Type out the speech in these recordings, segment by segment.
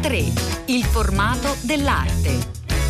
3, il formato dell'arte.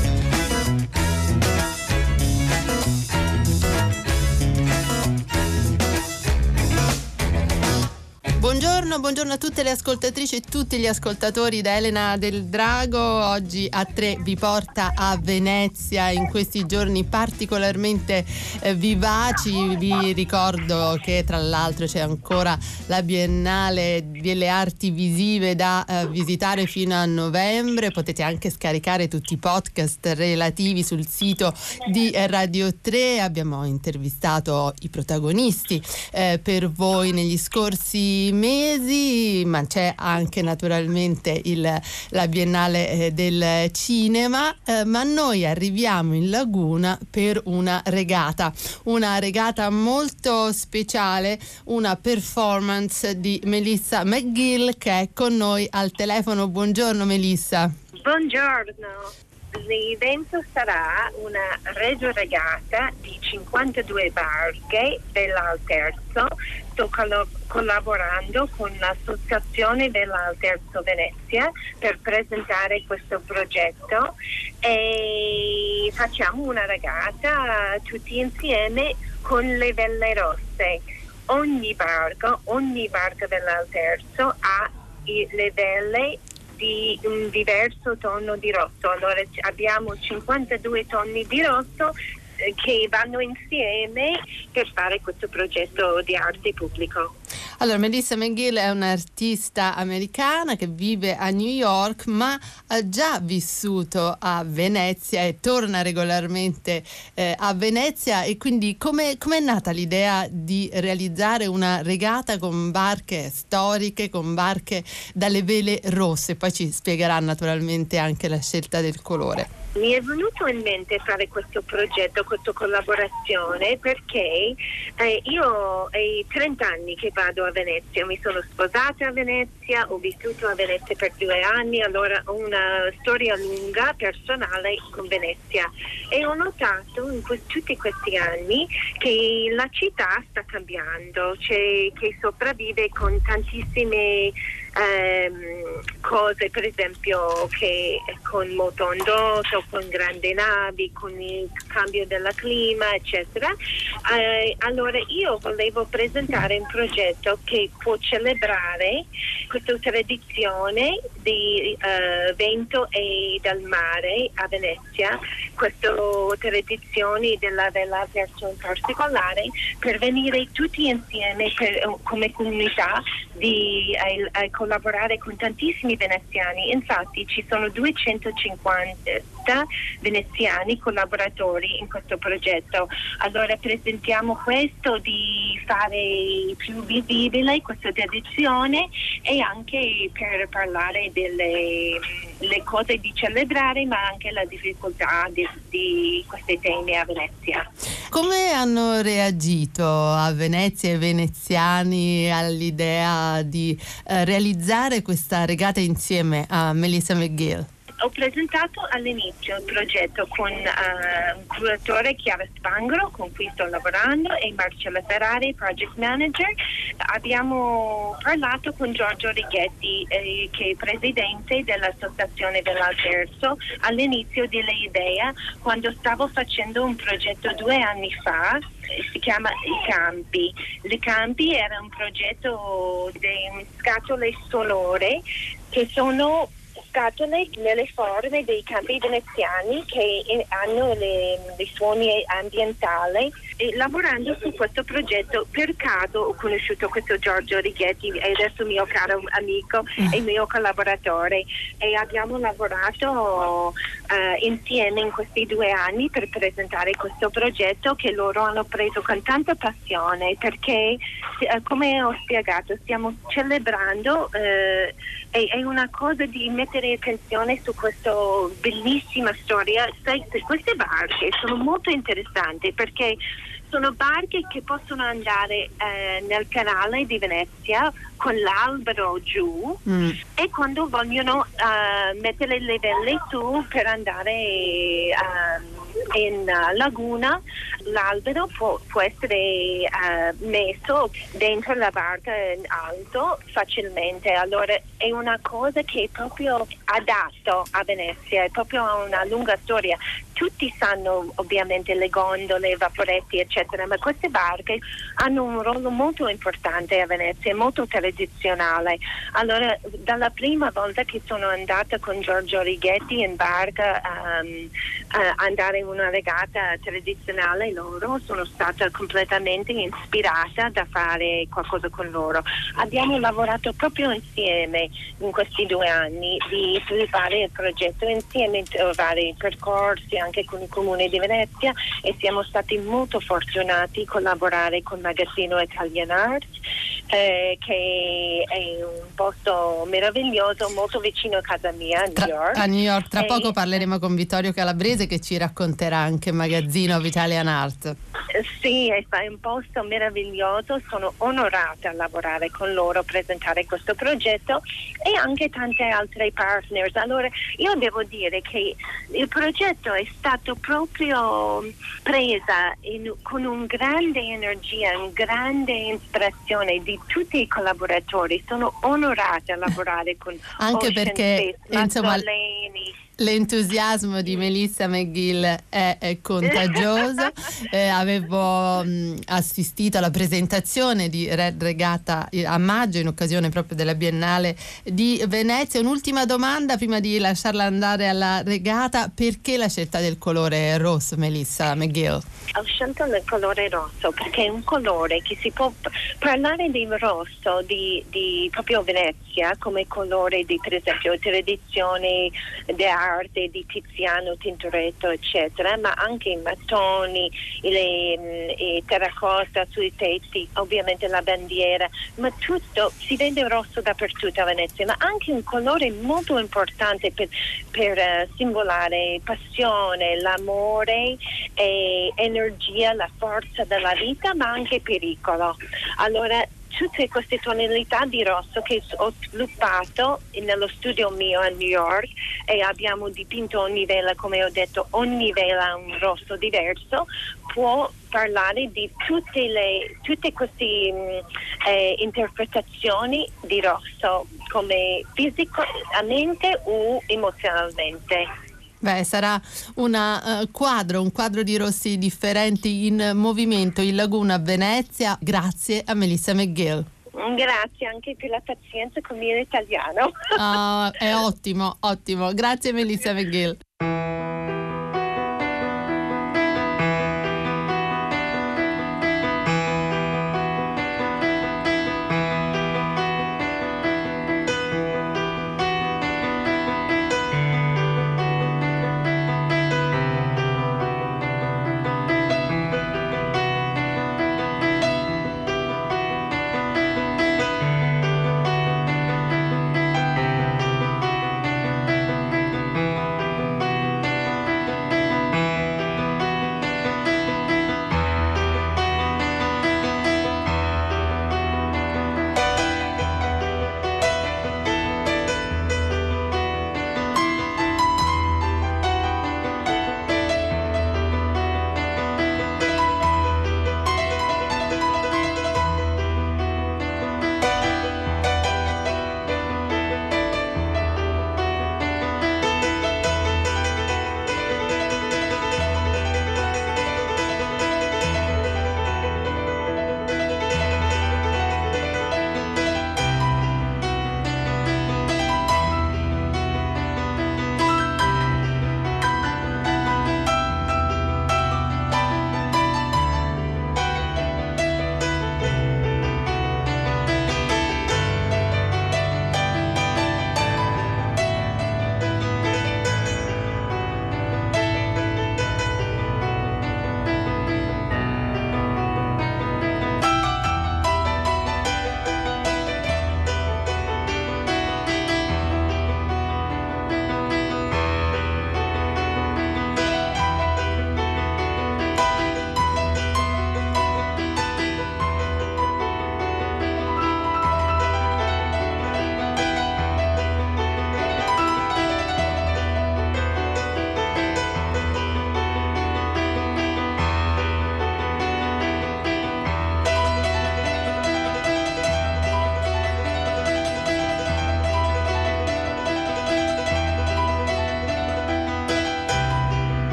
Buongiorno a tutte le ascoltatrici e tutti gli ascoltatori da Elena Del Drago. Oggi a 3 vi porta a Venezia in questi giorni particolarmente vivaci. Vi ricordo che tra l'altro c'è ancora la Biennale delle Arti Visive da visitare fino a novembre. Potete anche scaricare tutti i podcast relativi sul sito di Radio 3. Abbiamo intervistato i protagonisti per voi negli scorsi mesi, ma c'è anche naturalmente la Biennale del Cinema, ma noi arriviamo in Laguna per una regata molto speciale, una performance di Melissa McGill che è con noi al telefono. Buongiorno Melissa. Buongiorno. L'evento sarà una regata di 52 barche dell'Alterzo. Sto collaborando con l'Associazione dell'Alterzo Venezia per presentare questo progetto e facciamo una regata tutti insieme con le vele rosse. Ogni barca dell'Alterzo ha le vele di un diverso tono di rosso. Allora abbiamo 52 toni di rosso che vanno insieme per fare questo progetto di arte pubblico. Allora, Melissa McGill è un'artista americana che vive a New York, ma ha già vissuto a Venezia e torna regolarmente a Venezia. E quindi com'è nata l'idea di realizzare una regata con barche storiche, con barche dalle vele rosse? Poi ci spiegherà naturalmente anche la scelta del colore. Mi è venuto in mente fare questo progetto, questa collaborazione, perché io è 30 anni che vado a Venezia, mi sono sposata a Venezia, ho vissuto a Venezia per 2 anni, allora ho una storia lunga, personale con Venezia e ho notato in tutti questi anni che la città sta cambiando, che sopravvive con tantissime cose, per esempio che con motoindotto, con grandi navi, con il cambio del clima, eccetera. Allora io volevo presentare un progetto che può celebrare questa tradizione di vento e del mare a Venezia, questa tradizione della Verso in particolare, per venire tutti insieme come comunità a collaborare con tantissimi veneziani. Infatti ci sono 250 veneziani collaboratori in questo progetto. Allora presentiamo questo di fare più visibile questa tradizione e anche per parlare delle cose di celebrare, ma anche la difficoltà di questi temi a Venezia. Come hanno reagito a Venezia i veneziani all'idea di realizzare questa regata insieme a Melissa McGill? Ho presentato all'inizio il progetto con un curatore, Chiara Spangro, con cui sto lavorando, e Marcella Ferrari, project manager. Abbiamo parlato con Giorgio Righetti, che è presidente dell'Associazione dell'Alterzo, all'inizio dell'idea, quando stavo facendo un progetto 2 anni fa. Si chiama I Campi. I Campi era un progetto di scatole sonore che sono scatole nelle forme dei campi veneziani che hanno le suoni ambientali. E lavorando su questo progetto per caso ho conosciuto questo Giorgio Righetti, e adesso mio caro amico e mio collaboratore, e abbiamo lavorato insieme in questi 2 anni per presentare questo progetto che loro hanno preso con tanta passione, perché come ho spiegato stiamo celebrando, è una cosa di mettere attenzione su questa bellissima storia. Queste barche sono molto interessanti perché sono barche che possono andare nel canale di Venezia con l'albero giù e quando vogliono mettere le vele su per andare in laguna, l'albero può essere messo dentro la barca in alto facilmente. Allora è una cosa che è proprio adatto a Venezia, è proprio una lunga storia. Tutti sanno ovviamente le gondole, i vaporetti eccetera, ma queste barche hanno un ruolo molto importante a Venezia, molto tradizionale. Allora dalla prima volta che sono andata con Giorgio Righetti in barca andare in una regata tradizionale loro, sono stata completamente ispirata da fare qualcosa con loro. Abbiamo lavorato proprio insieme in questi 2 anni di sviluppare il progetto insieme, trovare i percorsi anche con il Comune di Venezia, e siamo stati molto fortunati a collaborare con Magazzino Italian Art, che è un posto meraviglioso molto vicino a casa mia a New York. A New York, tra poco parleremo con Vittorio Calabrese che ci racconterà anche Magazzino of Italian Art. Sì, è un posto meraviglioso, sono onorata a lavorare con loro, presentare questo progetto e anche tante altre partners. Allora io devo dire che il progetto è stato proprio presa con un grande energia, una grande ispirazione di tutti i collaboratori. Sono onorata a lavorare con anche Ocean perché Space, insomma Mazzoleni. L'entusiasmo di Melissa McGill è contagioso. Avevo assistito alla presentazione di Red Regatta a maggio in occasione proprio della Biennale di Venezia. Un'ultima domanda prima di lasciarla andare alla regata: perché la scelta del colore rosso, Melissa McGill? Ho scelto il colore rosso perché è un colore che si può parlare di rosso di proprio Venezia come colore di, per esempio, tradizioni di arte di Tiziano, Tintoretto eccetera, ma anche i mattoni, i terracotta sui tetti, ovviamente la bandiera, ma tutto si vede rosso dappertutto a Venezia, ma anche un colore molto importante per simbolare passione, l'amore e energia, la forza della vita, ma anche pericolo. Allora tutte queste tonalità di rosso che ho sviluppato nello studio mio a New York, e abbiamo dipinto ogni vela, come ho detto, ogni vela ha un rosso diverso, può parlare di tutte queste interpretazioni di rosso, come fisicamente o emozionalmente. Beh, sarà un quadro di rossi differenti in movimento in laguna a Venezia. Grazie a Melissa McGill. Grazie anche per la pazienza con il mio italiano. È ottimo. Grazie Melissa McGill.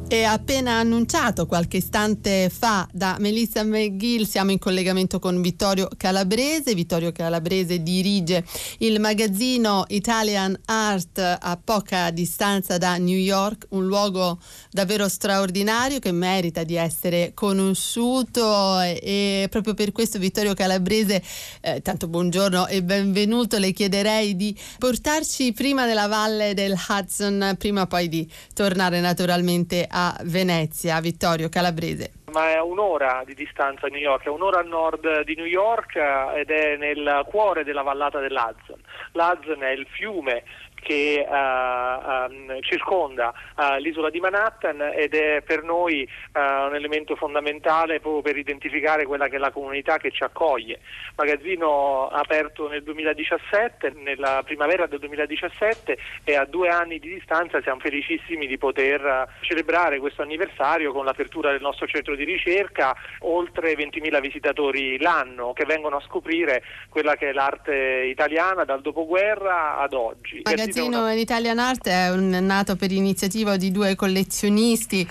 E appena annunciato qualche istante fa da Melissa McGill, siamo in collegamento con Vittorio Calabrese. Vittorio Calabrese dirige il magazzino Italian Art a poca distanza da New York, un luogo davvero straordinario che merita di essere conosciuto, e proprio per questo Vittorio Calabrese, tanto buongiorno e benvenuto, le chiederei di portarci prima nella valle del Hudson, prima poi di tornare naturalmente a Venezia. Vittorio Calabrese. Ma è un'ora di distanza a New York, è un'ora a nord di New York ed è nel cuore della vallata dell'Hudson. L'Hudson è il fiume che circonda l'isola di Manhattan ed è per noi un elemento fondamentale proprio per identificare quella che è la comunità che ci accoglie. Magazzino aperto nel 2017, nella primavera del 2017, e a 2 anni di distanza siamo felicissimi di poter celebrare questo anniversario con l'apertura del nostro centro di ricerca. Oltre 20.000 visitatori l'anno che vengono a scoprire quella che è l'arte italiana dal dopoguerra ad oggi. Il magazzino Italian Art è nato per iniziativa di 2 collezionisti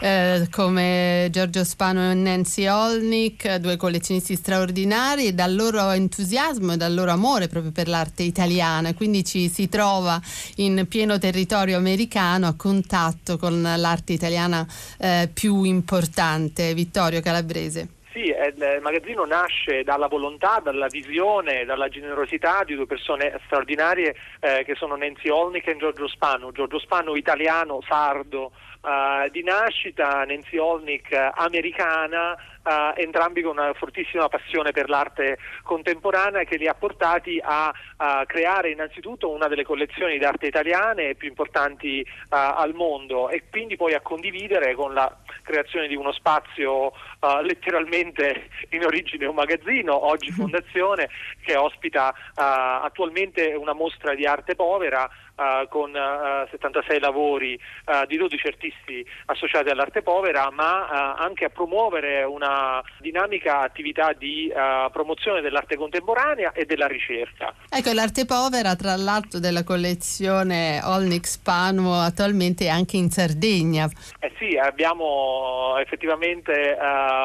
come Giorgio Spano e Nancy Olnick, 2 collezionisti straordinari, e dal loro entusiasmo e dal loro amore proprio per l'arte italiana, quindi ci si trova in pieno territorio americano a contatto con l'arte italiana più importante. Vittorio Calabrese. Sì, il magazzino nasce dalla volontà, dalla visione, dalla generosità di 2 persone straordinarie che sono Nancy Olnick e Giorgio Spano. Giorgio Spano italiano, sardo di nascita, Nancy Olnick americana, entrambi con una fortissima passione per l'arte contemporanea che li ha portati a creare innanzitutto una delle collezioni d'arte italiane più importanti al mondo, e quindi poi a condividere con la creazione di uno spazio letteralmente in origine un magazzino, oggi fondazione, che ospita attualmente una mostra di arte povera con 76 lavori di 12 artisti associati all'arte povera, ma anche a promuovere una dinamica attività di promozione dell'arte contemporanea e della ricerca. Ecco, l'arte povera, tra l'altro, della collezione Olnick Spano attualmente è anche in Sardegna. Sì, abbiamo effettivamente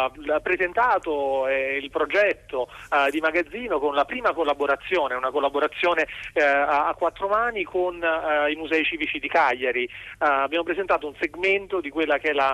presentato il progetto di magazzino con la prima collaborazione, una collaborazione a 4 mani con i musei civici di Cagliari. Abbiamo presentato un segmento di quella che è la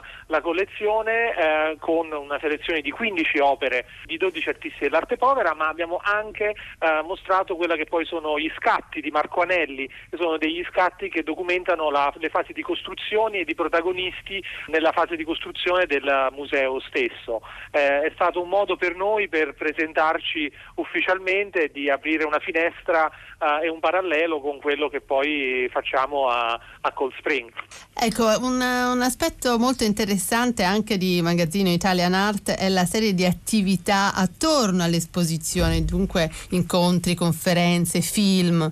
collezione con una selezione di 15 opere di 12 artisti dell'arte povera, ma abbiamo anche mostrato quella che poi sono gli scatti di Marco Anelli, che sono degli scatti che documentano le fasi di costruzioni e di protagonisti nella fase di costruzione del museo stesso. È stato un modo per noi per presentarci ufficialmente, di aprire una finestra e un parallelo con quello che poi facciamo a Cold Spring. Ecco, un aspetto molto interessante anche di Magazzino Italian Art è la serie di attività attorno all'esposizione, dunque incontri, conferenze, film.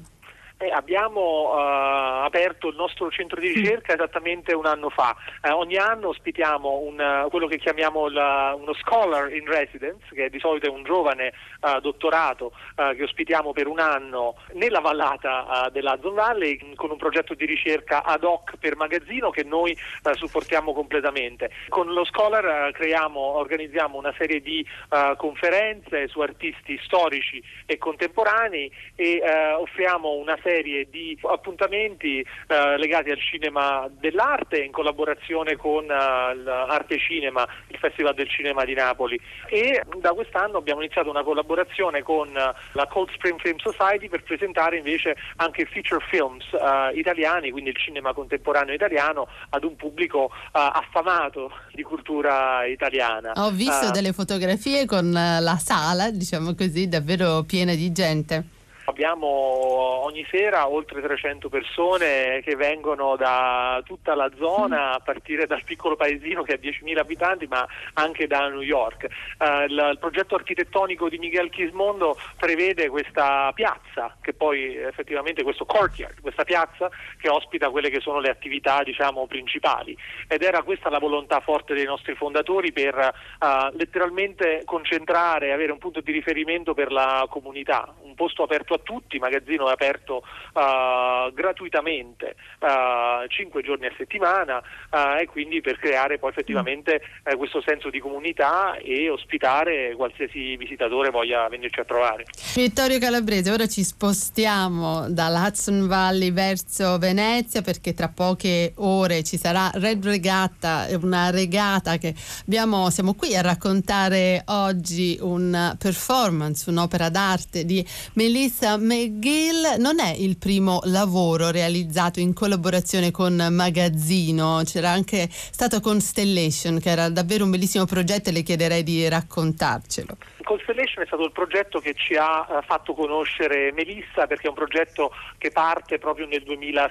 Abbiamo aperto il nostro centro di ricerca esattamente 1 anno fa. Ogni anno ospitiamo quello che chiamiamo uno scholar in residence, che di solito è un giovane dottorato che ospitiamo per 1 anno nella vallata dell'Hudson Valley, con un progetto di ricerca ad hoc per magazzino che noi supportiamo completamente. Con lo scholar organizziamo una serie di conferenze su artisti storici e contemporanei e offriamo una serie di appuntamenti legati al cinema dell'arte in collaborazione con l'Arte Cinema, il Festival del Cinema di Napoli, e da quest'anno abbiamo iniziato una collaborazione con la Cold Spring Film Society per presentare invece anche feature films italiani, quindi il cinema contemporaneo italiano, ad un pubblico affamato di cultura italiana. Ho visto delle fotografie con la sala, diciamo così, davvero piena di gente. Abbiamo ogni sera oltre 300 persone che vengono da tutta la zona, a partire dal piccolo paesino che ha 10.000 abitanti, ma anche da New York. Il progetto architettonico di Miguel Quismondo prevede questa piazza, che poi effettivamente questo courtyard, questa piazza che ospita quelle che sono le attività, diciamo, principali. Ed era questa la volontà forte dei nostri fondatori per letteralmente concentrare, avere un punto di riferimento per la comunità, un posto aperto a tutti, il magazzino è aperto gratuitamente 5 giorni a settimana e quindi per creare poi effettivamente questo senso di comunità e ospitare qualsiasi visitatore voglia venirci a trovare. Vittorio Calabrese, ora ci spostiamo dalla Hudson Valley verso Venezia, perché tra poche ore ci sarà Red Regatta, una regata che siamo qui a raccontare oggi, un performance, un'opera d'arte di Melissa McGill. Non è il primo lavoro realizzato in collaborazione con Magazzino, c'era anche stato Constellation, che era davvero un bellissimo progetto, e le chiederei di raccontarcelo. Constellation è stato il progetto che ci ha fatto conoscere Melissa, perché è un progetto che parte proprio nel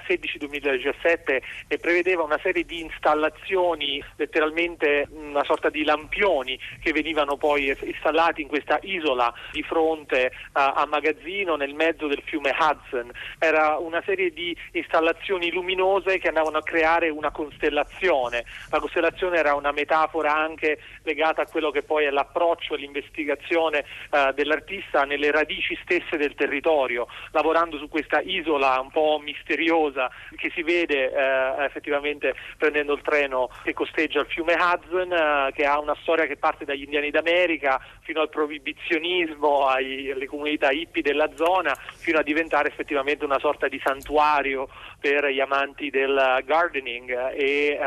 2016-2017 e prevedeva una serie di installazioni, letteralmente una sorta di lampioni che venivano poi installati in questa isola di fronte a Magazzino nel mezzo del fiume Hudson. Era una serie di installazioni luminose che andavano a creare una costellazione. La costellazione era una metafora anche legata a quello che poi è l'approccio e l'investigazione dell'artista nelle radici stesse del territorio, lavorando su questa isola un po' misteriosa che si vede effettivamente prendendo il treno che costeggia il fiume Hudson, che ha una storia che parte dagli indiani d'America fino al proibizionismo, alle comunità hippie della zona, fino a diventare effettivamente una sorta di santuario per gli amanti del gardening e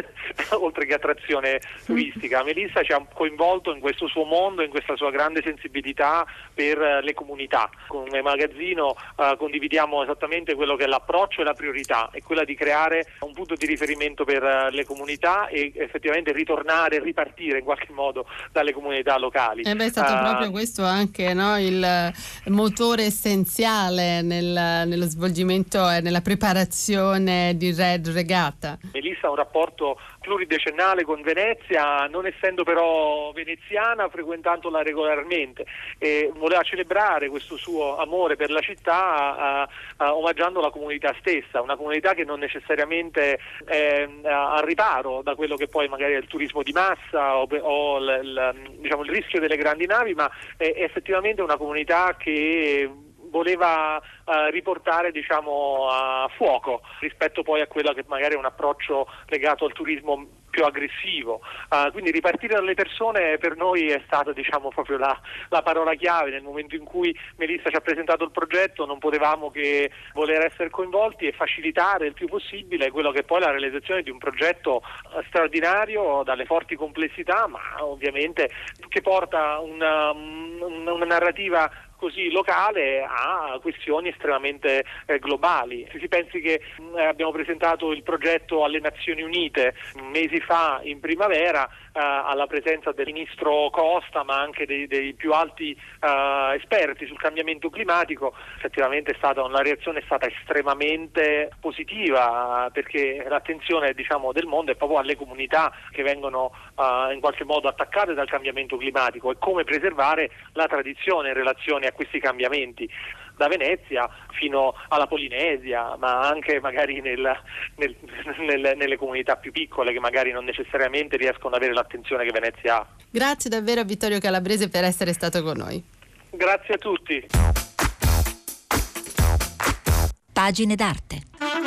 oltre che attrazione turistica. Melissa ci ha coinvolto in questo suo mondo, in questa sua grande sensibilità per le comunità. Con il magazzino condividiamo esattamente quello che è l'approccio e la priorità, è quella di creare un punto di riferimento per le comunità e effettivamente ripartire in qualche modo dalle comunità locali. È stato proprio questo anche, no, il motore essenziale nello svolgimento e nella preparazione di Red Regatta. Melissa ha un rapporto pluridecennale con Venezia, non essendo però veneziana, frequentandola regolarmente, e voleva celebrare questo suo amore per la città omaggiando la comunità stessa, una comunità che non necessariamente è al riparo da quello che poi magari è il turismo di massa o diciamo, il rischio delle grandi navi, ma è effettivamente una comunità che voleva riportare, diciamo, a fuoco rispetto poi a quello che magari è un approccio legato al turismo più aggressivo. Quindi ripartire dalle persone per noi è stata, diciamo, proprio la parola chiave. Nel momento in cui Melissa ci ha presentato il progetto non potevamo che voler essere coinvolti e facilitare il più possibile quello che poi è la realizzazione di un progetto straordinario dalle forti complessità, ma ovviamente che porta una narrativa così locale a questioni estremamente globali. Se si pensi che abbiamo presentato il progetto alle Nazioni Unite mesi fa in primavera alla presenza del ministro Costa, ma anche dei più alti esperti sul cambiamento climatico, effettivamente la reazione è stata estremamente positiva, perché l'attenzione, diciamo, del mondo è proprio alle comunità che vengono in qualche modo attaccate dal cambiamento climatico e come preservare la tradizione in relazione a questi cambiamenti, da Venezia fino alla Polinesia, ma anche magari nelle comunità più piccole che magari non necessariamente riescono ad avere l'attenzione che Venezia ha. Grazie davvero a Vittorio Calabrese per essere stato con noi. Grazie a tutti. Pagine d'arte.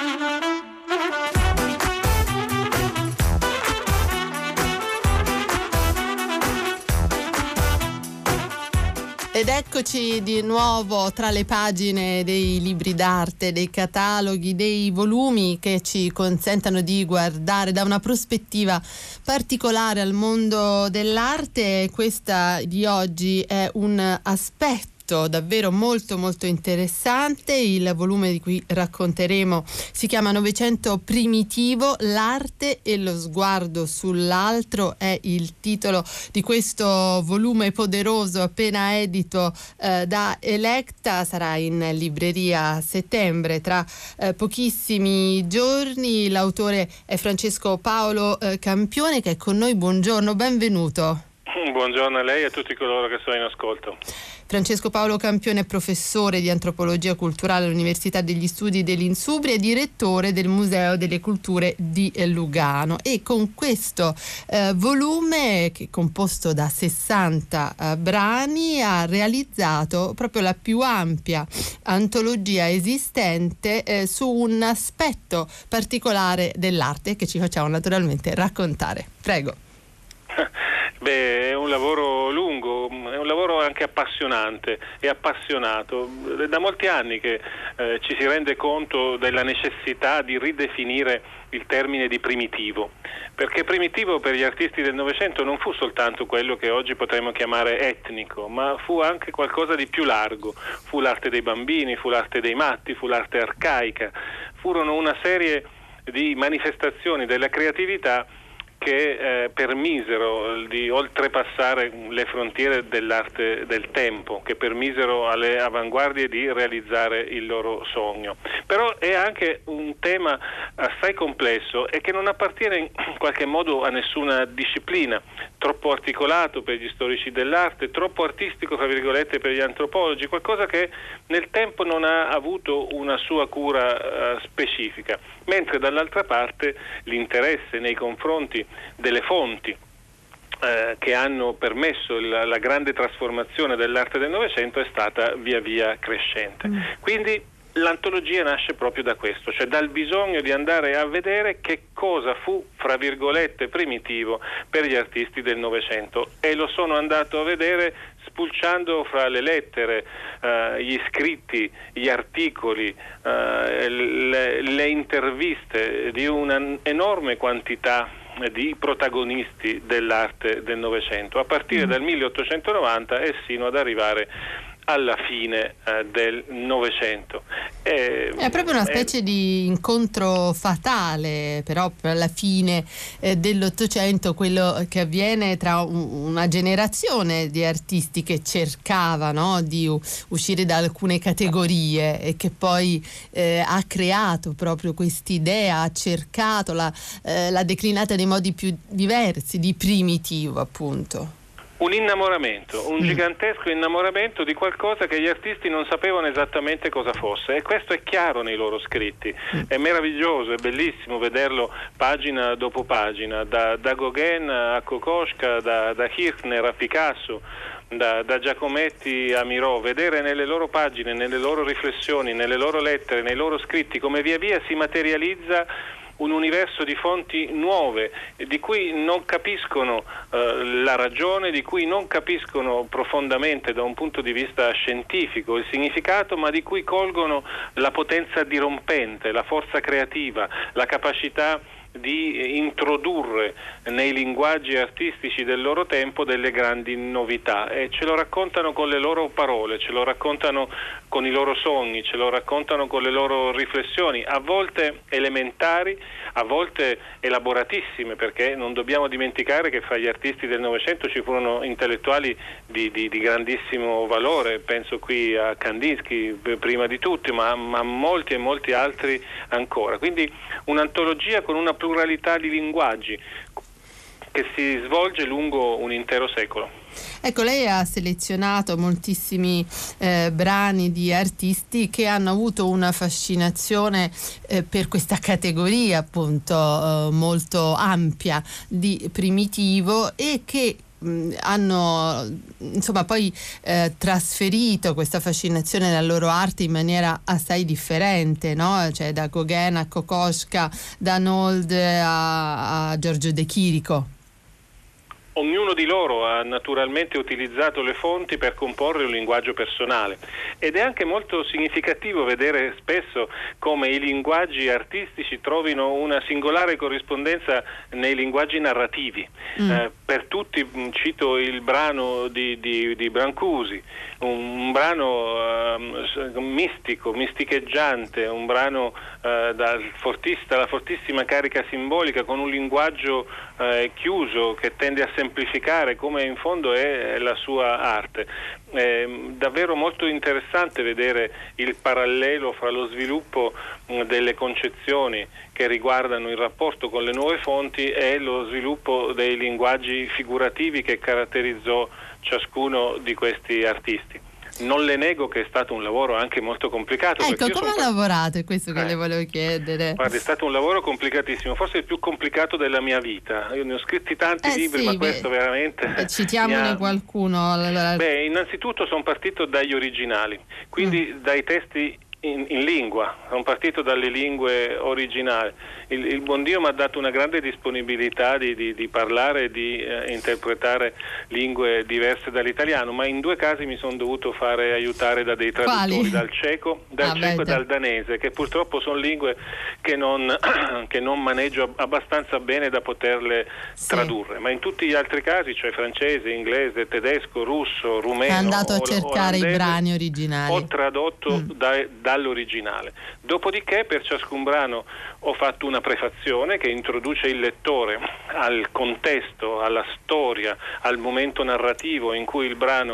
Ed eccoci di nuovo tra le pagine dei libri d'arte, dei cataloghi, dei volumi che ci consentano di guardare da una prospettiva particolare al mondo dell'arte. Questa di oggi è un aspetto davvero molto molto interessante. Il volume di cui racconteremo si chiama Novecento primitivo, l'arte e lo sguardo sull'altro, è il titolo di questo volume poderoso appena edito da Electa. Sarà in libreria a settembre, tra pochissimi giorni. L'autore è Francesco Paolo Campione, che è con noi. Buongiorno, benvenuto. Buongiorno a lei e a tutti coloro che sono in ascolto. Francesco Paolo Campione è professore di antropologia culturale all'Università degli Studi dell'Insubria e direttore del Museo delle Culture di Lugano, e con questo volume, che è composto da 60 brani, ha realizzato proprio la più ampia antologia esistente su un aspetto particolare dell'arte che ci facciamo naturalmente raccontare. Prego. Beh, è un lavoro lungo, è un lavoro anche appassionante e appassionato. Da molti anni che ci si rende conto della necessità di ridefinire il termine di primitivo, perché primitivo per gli artisti del Novecento non fu soltanto quello che oggi potremmo chiamare etnico, ma fu anche qualcosa di più largo. Fu l'arte dei bambini, fu l'arte dei matti, fu l'arte arcaica, furono una serie di manifestazioni della creatività che permisero di oltrepassare le frontiere dell'arte del tempo, che permisero alle avanguardie di realizzare il loro sogno. Però è anche un tema assai complesso e che non appartiene in qualche modo a nessuna disciplina, troppo articolato per gli storici dell'arte, troppo artistico fra virgolette per gli antropologi, qualcosa che nel tempo non ha avuto una sua cura specifica, mentre dall'altra parte l'interesse nei confronti delle fonti che hanno permesso la grande trasformazione dell'arte del Novecento è stata via via crescente. Quindi l'antologia nasce proprio da questo, cioè dal bisogno di andare a vedere che cosa fu, fra virgolette, primitivo per gli artisti del Novecento, e lo sono andato a vedere spulciando fra le lettere, gli scritti, gli articoli, le interviste di un'enorme quantità di protagonisti dell'arte del Novecento, a partire dal 1890 e sino ad arrivare alla fine del Novecento. È proprio una specie di incontro fatale, però alla fine dell'Ottocento, quello che avviene tra una generazione di artisti che cercava, no, di uscire da alcune categorie, e che poi ha creato proprio quest'idea, ha cercato, l'ha declinata nei modi più diversi, di primitivo, appunto. Un innamoramento, un gigantesco innamoramento di qualcosa che gli artisti non sapevano esattamente cosa fosse, e questo è chiaro nei loro scritti. È meraviglioso, è bellissimo vederlo pagina dopo pagina, da Gauguin a Kokoschka, da Kirchner a Picasso, da Giacometti a Miró, vedere nelle loro pagine, nelle loro riflessioni, nelle loro lettere, nei loro scritti come via via si materializza un universo di fonti nuove, di cui non capiscono la ragione, di cui non capiscono profondamente da un punto di vista scientifico il significato, ma di cui colgono la potenza dirompente, la forza creativa, la capacità di introdurre nei linguaggi artistici del loro tempo delle grandi novità, e ce lo raccontano con le loro parole, ce lo raccontano con i loro sogni, ce lo raccontano con le loro riflessioni, a volte elementari, a volte elaboratissime, perché non dobbiamo dimenticare che fra gli artisti del Novecento ci furono intellettuali di grandissimo valore, penso qui a Kandinsky prima di tutti, ma a molti e molti altri ancora. Quindi un'antologia con una pluralità di linguaggi che si svolge lungo un intero secolo. Ecco, lei ha selezionato moltissimi brani di artisti che hanno avuto una fascinazione per questa categoria, appunto, molto ampia di primitivo, e che hanno insomma poi trasferito questa fascinazione nella loro arte in maniera assai differente, no? Cioè da Gauguin a Kokoschka, da Nold a Giorgio De Chirico. Ognuno di loro ha naturalmente utilizzato le fonti per comporre un linguaggio personale, ed è anche molto significativo vedere spesso come i linguaggi artistici trovino una singolare corrispondenza nei linguaggi narrativi. Per tutti cito il brano di Brancusi, un brano mistico, misticheggiante, un brano dalla fortissima carica simbolica, con un linguaggio chiuso che tende a semplificare semplificare, come in fondo è la sua arte. È davvero molto interessante vedere il parallelo fra lo sviluppo delle concezioni che riguardano il rapporto con le nuove fonti e lo sviluppo dei linguaggi figurativi che caratterizzò ciascuno di questi artisti. Non le nego che è stato un lavoro anche molto complicato. Ecco, come ha lavorato? È questo che le volevo chiedere. Guarda, è stato un lavoro complicatissimo, forse il più complicato della mia vita. Io ne ho scritti tanti libri, ma questo veramente... Citiamone qualcuno. Beh, innanzitutto sono partito dagli originali, quindi dai testi in lingua, sono partito dalle lingue originali. Il buon Dio mi ha dato una grande disponibilità di parlare e di interpretare lingue diverse dall'italiano, ma in 2 casi mi sono dovuto fare aiutare da dei traduttori. Quali? Dal ceco e dal danese, che purtroppo sono lingue che non maneggio abbastanza bene da poterle tradurre, ma in tutti gli altri casi, cioè francese, inglese, tedesco, russo, rumeno, è andato a cercare olandese, i brani originali. Ho tradotto dall'originale. Dopodiché per ciascun brano ho fatto una prefazione che introduce il lettore al contesto, alla storia, al momento narrativo in cui il brano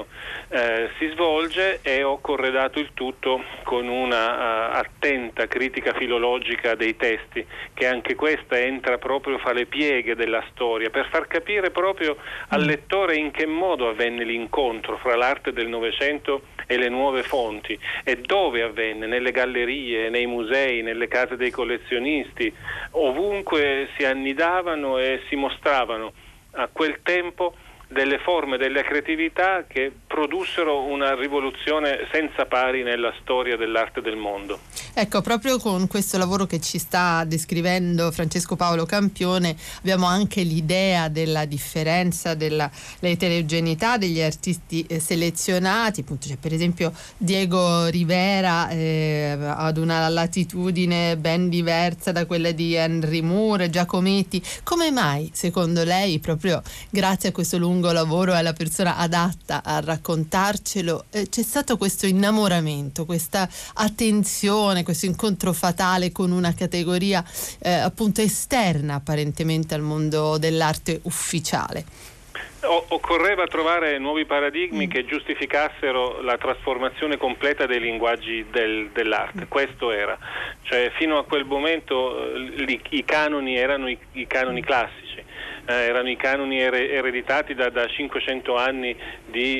si svolge, e ho corredato il tutto con una attenta critica filologica dei testi, che anche questa entra proprio fra le pieghe della storia, per far capire proprio al lettore in che modo avvenne l'incontro fra l'arte del Novecento e le nuove fonti, e dove avvenne: nelle gallerie, nei musei, nelle case dei collezionisti, ovunque si annidavano e si mostravano a quel tempo delle forme, delle creatività che produssero una rivoluzione senza pari nella storia dell'arte del mondo. Ecco, proprio con questo lavoro che ci sta descrivendo Francesco Paolo Campione abbiamo anche l'idea della differenza, della eterogeneità degli artisti selezionati. Appunto, c'è per esempio Diego Rivera ad una latitudine ben diversa da quella di Henry Moore, Giacometti. Come mai, secondo lei, proprio grazie a questo lungo lavoro è la persona adatta a raccontarcelo? C'è stato questo innamoramento, questa attenzione, questo incontro fatale con una categoria appunto esterna apparentemente al mondo dell'arte ufficiale? Occorreva trovare nuovi paradigmi che giustificassero la trasformazione completa dei linguaggi dell'arte. Questo era, cioè fino a quel momento i canoni erano i canoni classici. Erano i canoni ereditati da 500 anni di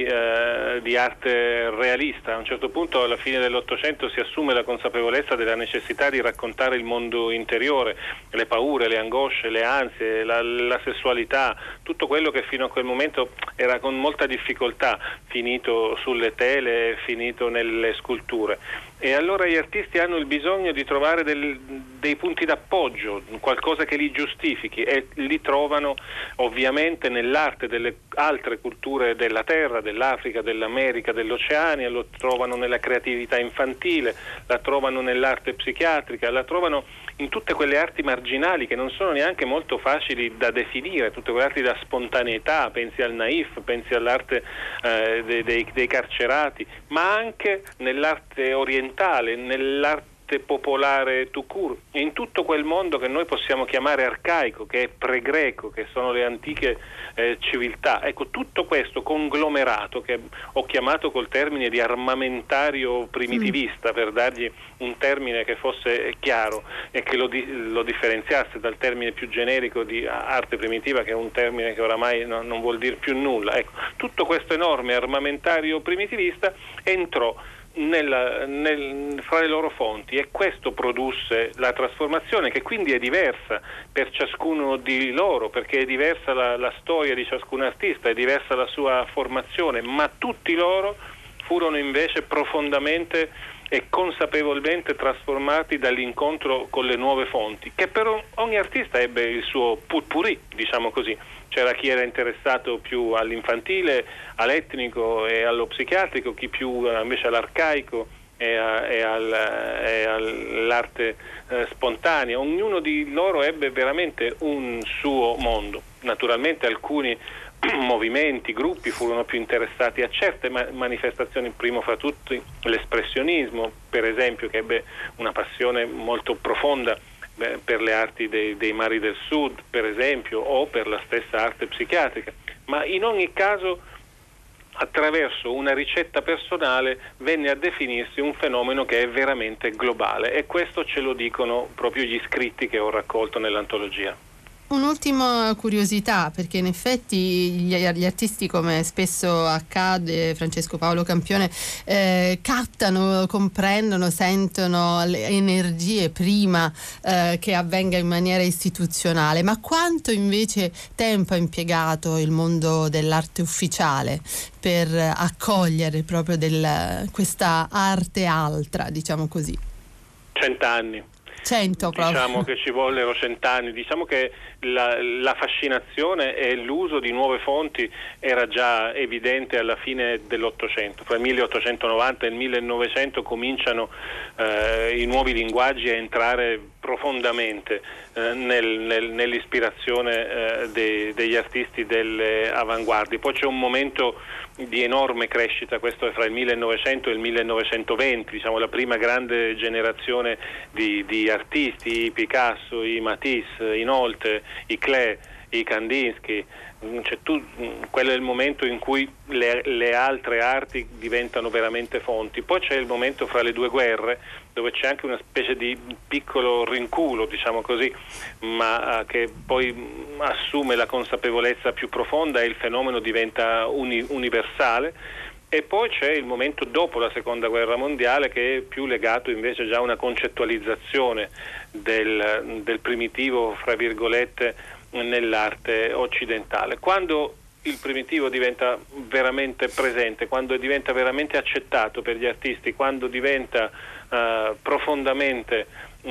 arte realista. A un certo punto, alla fine dell'Ottocento, si assume la consapevolezza della necessità di raccontare il mondo interiore, le paure, le angosce, le ansie, la sessualità, tutto quello che fino a quel momento era con molta difficoltà finito sulle tele, finito nelle sculture. E allora gli artisti hanno il bisogno di trovare dei punti d'appoggio, qualcosa che li giustifichi, e li trovano ovviamente nell'arte delle altre culture della terra, dell'Africa, dell'America, dell'Oceania, lo trovano nella creatività infantile, la trovano nell'arte psichiatrica, la trovano in tutte quelle arti marginali che non sono neanche molto facili da definire, tutte quelle arti da spontaneità, pensi al naif, pensi all'arte dei carcerati, ma anche nell'arte orientale, nell'arte popolare tout court, e in tutto quel mondo che noi possiamo chiamare arcaico, che è pre-greco, che sono le antiche civiltà. Ecco, tutto questo conglomerato, che ho chiamato col termine di armamentario primitivista, per dargli un termine che fosse chiaro e che lo differenziasse dal termine più generico di arte primitiva, che è un termine che oramai non vuol dire più nulla. Ecco, tutto questo enorme armamentario primitivista entrò fra le loro fonti, e questo produsse la trasformazione, che quindi è diversa per ciascuno di loro, perché è diversa la storia di ciascun artista, è diversa la sua formazione, ma tutti loro furono invece profondamente e consapevolmente trasformati dall'incontro con le nuove fonti, che per ogni artista ebbe il suo potpourri, diciamo così. C'era chi era interessato più all'infantile, all'etnico e allo psichiatrico, chi più invece all'arcaico e all'arte spontanea. Ognuno di loro ebbe veramente un suo mondo. Naturalmente alcuni movimenti, gruppi furono più interessati a certe manifestazioni, primo fra tutti l'espressionismo, per esempio, che ebbe una passione molto profonda per le arti dei mari del sud, per esempio, o per la stessa arte psichiatrica. ma in ogni caso attraverso una ricetta personale venne a definirsi un fenomeno che è veramente globale, e questo ce lo dicono proprio gli scritti che ho raccolto nell'antologia. Un'ultima curiosità, perché in effetti gli artisti, come spesso accade, Francesco Paolo Campione, captano, comprendono, sentono le energie prima che avvenga in maniera istituzionale. Ma quanto invece tempo ha impiegato il mondo dell'arte ufficiale per accogliere proprio questa arte altra, diciamo così? 100 anni. 100 proprio. Diciamo che ci vollero 100 anni, diciamo che la fascinazione e l'uso di nuove fonti era già evidente alla fine dell'Ottocento. Fra il 1890 e il 1900 cominciano i nuovi linguaggi a entrare profondamente nell'ispirazione degli artisti delle avanguardie. Poi c'è un momento di enorme crescita, questo è fra il 1900 e il 1920, diciamo la prima grande generazione di artisti, i Picasso, i Matisse, i Nolte, i Klee, i Kandinsky. Quello è il momento in cui le altre arti diventano veramente fonti. Poi c'è il momento fra le due guerre, dove c'è anche una specie di piccolo rinculo, diciamo così, ma che poi assume la consapevolezza più profonda e il fenomeno diventa universale. E poi c'è il momento dopo la seconda guerra mondiale, che è più legato invece già a una concettualizzazione del primitivo, fra virgolette, nell'arte occidentale. Quando il primitivo diventa veramente presente, quando diventa veramente accettato per gli artisti, quando diventa profondamente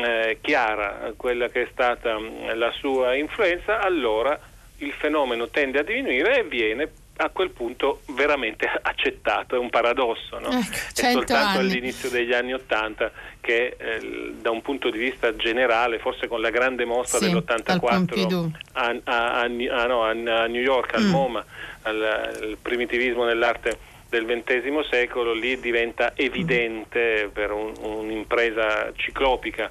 chiara quella che è stata la sua influenza, allora il fenomeno tende a diminuire e viene a quel punto veramente accettato. È un paradosso, no? È soltanto all'inizio degli anni '80 che da un punto di vista generale, forse con la grande mostra dell'84 a New York, al MoMA, al primitivismo nell'arte del XX secolo, lì diventa evidente per un'impresa ciclopica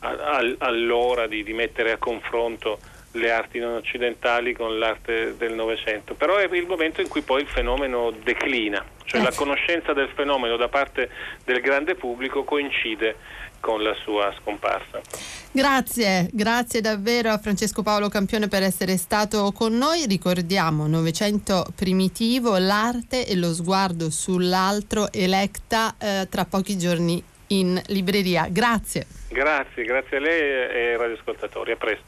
allora di mettere a confronto le arti non occidentali con l'arte del Novecento. Però è il momento in cui poi il fenomeno declina, cioè la conoscenza del fenomeno da parte del grande pubblico coincide con la sua scomparsa. Grazie davvero a Francesco Paolo Campione per essere stato con noi. Ricordiamo Novecento primitivo, l'arte e lo sguardo sull'altro, Electa, tra pochi giorni in libreria. Grazie a lei e ai radioascoltatori, a presto.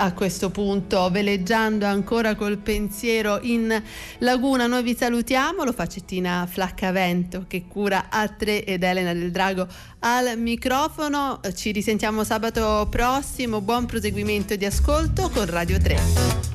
a questo punto, veleggiando ancora col pensiero in laguna. Noi vi salutiamo, lo fa Cettina Flaccavento che cura A3 ed Elena Del Drago al microfono. Ci risentiamo sabato prossimo, buon proseguimento di ascolto con Radio 3.